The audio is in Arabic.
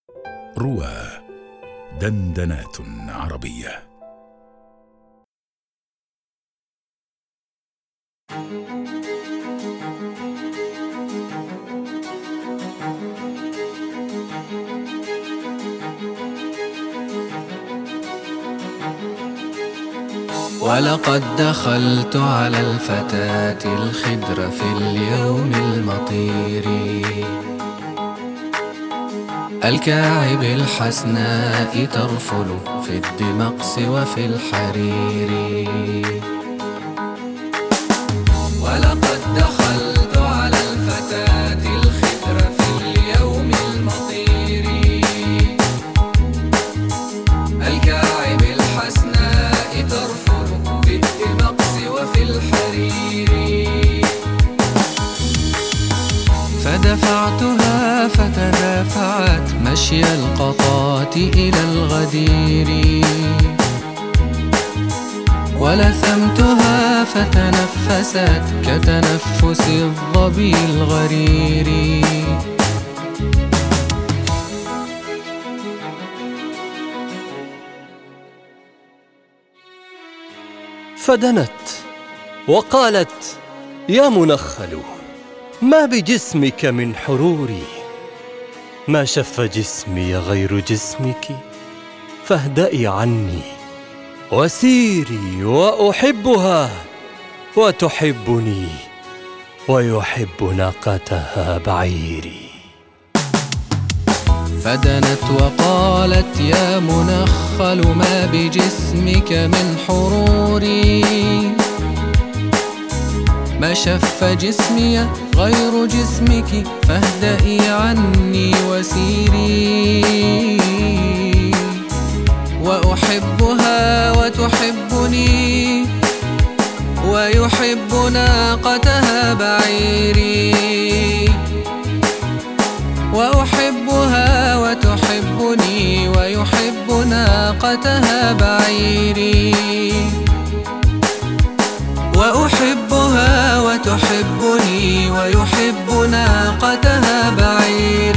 روى دندنات عربية. ولقد دخلت على الفتاة الخضر في اليوم المطير، الكاعب الحسناء ترفل في الدمقس وفي الحرير. ولقد دخلت على الفتاة الخضر في اليوم المطير، الكاعب الحسناء ترفل في الدمقس وفي الحرير. فدفعتها فتدافعت مشي القطاة إلى الغدير، ولثمتها فتنفست كتنفس الظبي الغرير. فدنت وقالت: يا منخل، ما بجسمك من حروري، ما شف جسمي غير جسمك، فاهدئي عني وسيري، وأحبها وتحبني، ويحب ناقتها بعيري. فدنت وقالت: يا منخل، ما بجسمك من حروري، ما شف جسمي غير جسمك، فاهدئي عني وسيري. وأحبها وتحبني، ويحب ناقتها بعيري. وأحبها وتحبني، ويحب ناقتها بعيري. وأحبها وتحبني، ويحب ناقتها بعيري.